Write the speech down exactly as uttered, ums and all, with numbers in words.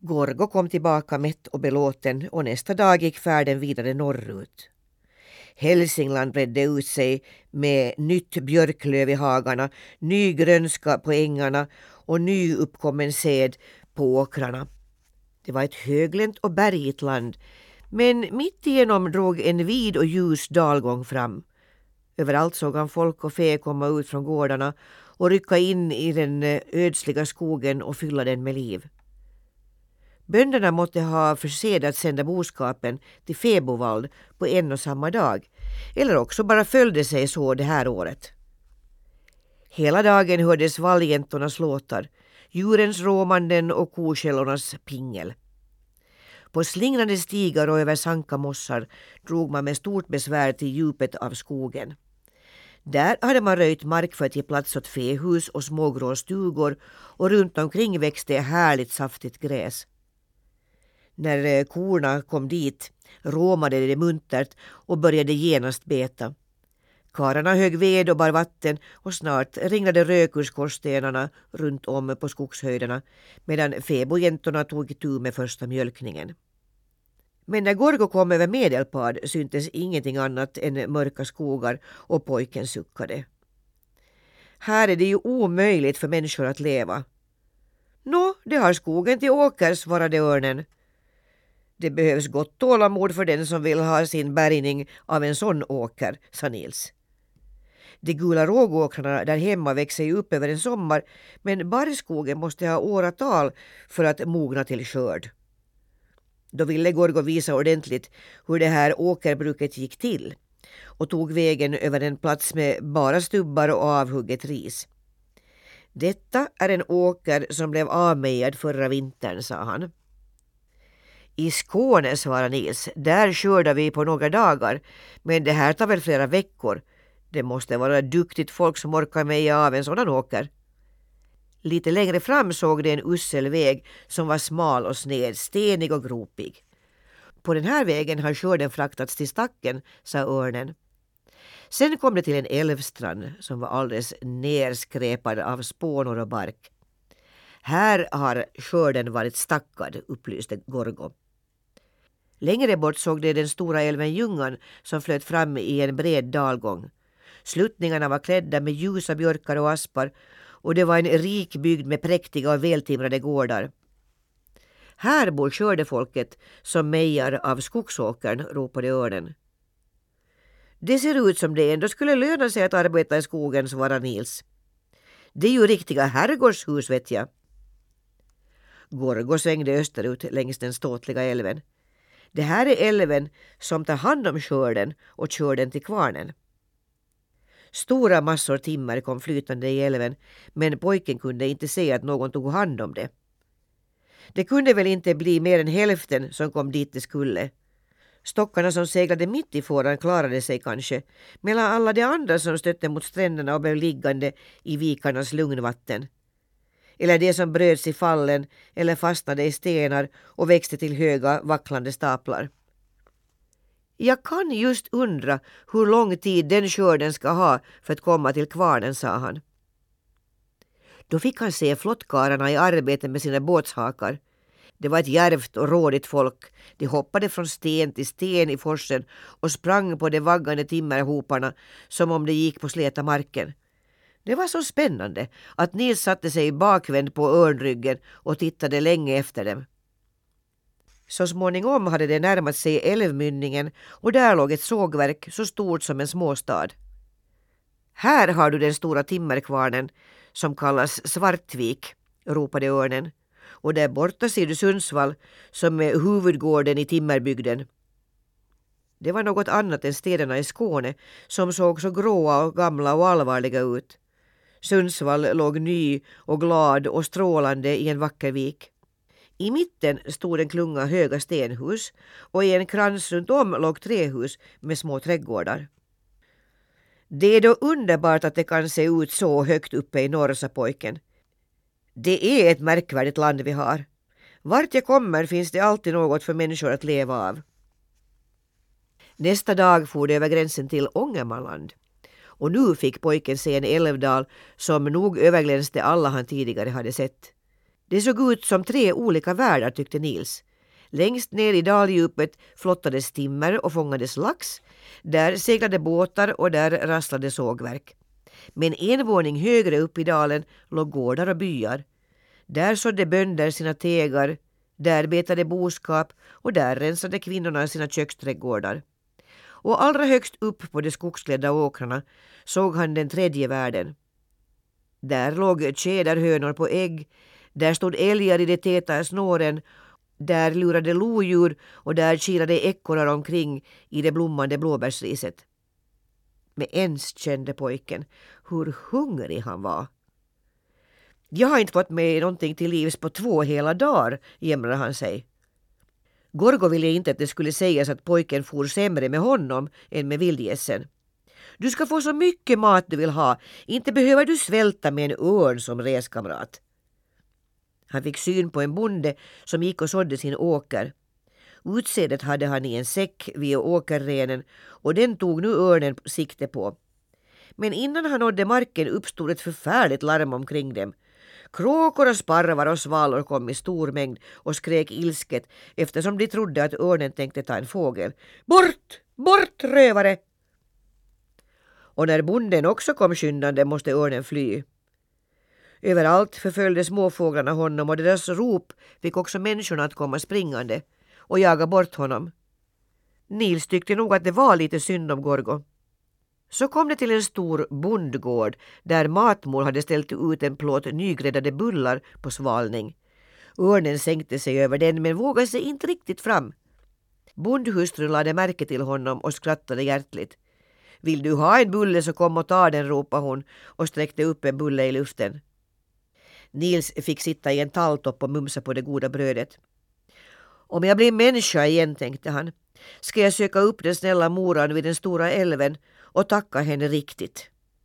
Gorgo kom tillbaka mätt och belåten och nästa dag gick färden vidare norrut. Hälsingland bredde ut sig med nytt björklöv i hagarna, ny grönska på ängarna och ny uppkommen säd på åkrarna. Det var ett höglänt och bergigt land, men mitt igenom drog en vid och ljus dalgång fram. Överallt såg han folk och fe komma ut från gårdarna och rycka in i den ödsliga skogen och fylla den med liv. Bönderna måtte ha försed att sända boskapen till Febovald på en och samma dag, eller också bara följde sig så det här året. Hela dagen hördes valljäntornas låtar, djurens råmanden och kokällornas pingel. På slingrande stigar och över sanka mossar drog man med stort besvär till djupet av skogen. Där hade man röjt mark för att ge plats åt fähus och smågrå stugor och runt omkring växte härligt saftigt gräs. När korna kom dit råmade det muntert och började genast beta. Kararna högg ved och bar vatten och snart ringlade rök ur skorstenarna runt om på skogshöjderna medan fäbojäntorna tog itu med första mjölkningen. Men när Gorgo kom över Medelpad syntes ingenting annat än mörka skogar och pojken suckade. Här är det ju omöjligt för människor att leva. Nå, det har skogen till åker, svarade örnen. Det behövs gott tålamod för den som vill ha sin bärgning av en sån åker, sa Nils. De gula rågåkrarna där hemma växer ju upp över en sommar, men barrskogen måste ha åratal för att mogna till skörd. Då ville Gorgo visa ordentligt hur det här åkerbruket gick till och tog vägen över en plats med bara stubbar och avhugget ris. Detta är en åker som blev avmejad förra vintern, sa han. I Skåne, svarade Nils, där skördar vi på några dagar, men det här tar väl flera veckor. Det måste vara duktigt folk som orkar meja av en sådan åker. Lite längre fram såg det en ussel väg som var smal och sned, stenig och gropig. På den här vägen har skörden fraktats till stacken, sa örnen. Sen kom det till en älvstrand som var alldeles nerskräpad av spånor och bark. Här har skörden varit stackad, upplyste Gorgo. Längre bort såg det den stora älven Ljungan som flöt fram i en bred dalgång. Sluttningarna var klädda med ljusa björkar och aspar och det var en rik bygd med präktiga och vältimrade gårdar. Här bor skördefolket som mejar av skogsåkern, ropade örnen. Det ser ut som det ändå skulle löna sig att arbeta i skogen, svarade Nils. Det är ju riktiga herrgårdshus, vet jag. Gorgo svängde österut längs den ståtliga älven. Det här är älven som tar hand om skörden och kör den till kvarnen. Stora massor timmer kom flytande i älven, men pojken kunde inte se att någon tog hand om det. Det kunde väl inte bli mer än hälften som kom dit det skulle. Stockarna som seglade mitt i fåran klarade sig kanske, medan alla de andra som stötte mot stränderna och blev liggande i vikarnas lugnvatten. Eller det som bröts i fallen eller fastnade i stenar och växte till höga vacklande staplar. Jag kan just undra hur lång tid den skörden ska ha för att komma till kvarnen, sa han. Då fick han se flottkararna i arbete med sina båtshakar. Det var ett djärvt och rådigt folk. De hoppade från sten till sten i forsen och sprang på de vaggande timmerhoparna som om det gick på släta marken. Det var så spännande att Nils satte sig bakvänd på örnryggen och tittade länge efter dem. Så småningom hade det närmat sig älvmynningen och där låg ett sågverk så stort som en småstad. Här har du den stora timmerkvarnen som kallas Svartvik, ropade örnen. Och där borta ser du Sundsvall som är huvudgården i timmerbygden. Det var något annat än städerna i Skåne som såg så gråa och gamla och allvarliga ut. Sundsvall låg ny och glad och strålande i en vacker vik. I mitten stod en klunga höga stenhus och i en krans runt om låg trähus med små trädgårdar. Det är då underbart att det kan se ut så högt uppe i norr, sa pojken. Det är ett märkvärdigt land vi har. Vart jag kommer finns det alltid något för människor att leva av. Nästa dag for det över gränsen till Ångermanland. Och nu fick pojken se en älvdal som nog överglänste alla han tidigare hade sett. Det såg ut som tre olika världar, tyckte Nils. Längst ner i daldjupet flottades timmer och fångades lax. Där seglade båtar och där rasslade sågverk. Men en våning högre upp i dalen låg gårdar och byar. Där sådde bönder sina tegar, där betade boskap och där rensade kvinnorna sina köksträdgårdar. Och allra högst upp på de skogsklädda åkrarna såg han den tredje världen. Där låg tjäderhönor på ägg, där stod älgar i de täta snåren, där lurade lodjur och där kilade ekorrar omkring i det blommande blåbärsriset. Men ens kände pojken hur hungrig han var. Jag har inte fått med någonting till livs på två hela dagar, jämrade han sig. Gorgo ville inte att det skulle sägas att pojken for sämre med honom än med vildgässen. Du ska få så mycket mat du vill ha, inte behöver du svälta med en örn som reskamrat. Han fick syn på en bonde som gick och sådde sin åker. Utsädet hade han i en säck vid åkerrenen och den tog nu örnen sikte på. Men innan han nådde marken uppstod ett förfärligt larm omkring dem. Kråkor och sparvar och svalor kom i stor mängd och skrek ilsket eftersom de trodde att örnen tänkte ta en fågel. Bort! Bort, rövare! Och när bonden också kom skyndande måste örnen fly. Överallt förföljde småfåglarna honom och deras rop fick också människorna att komma springande och jaga bort honom. Nils tyckte nog att det var lite synd om Gorgo. Så kom det till en stor bondgård där matmor hade ställt ut en plåt nygräddade bullar på svalning. Örnen sänkte sig över den men vågade sig inte riktigt fram. Bondhustrun lade märke till honom och skrattade hjärtligt. Vill du ha en bulle så kom och ta den, ropade hon och sträckte upp en bulle i luften. Nils fick sitta i en talltopp och mumsa på det goda brödet. Om jag blir människa igen, tänkte han, ska jag söka upp den snälla moran vid den stora älven och tacka henne riktigt.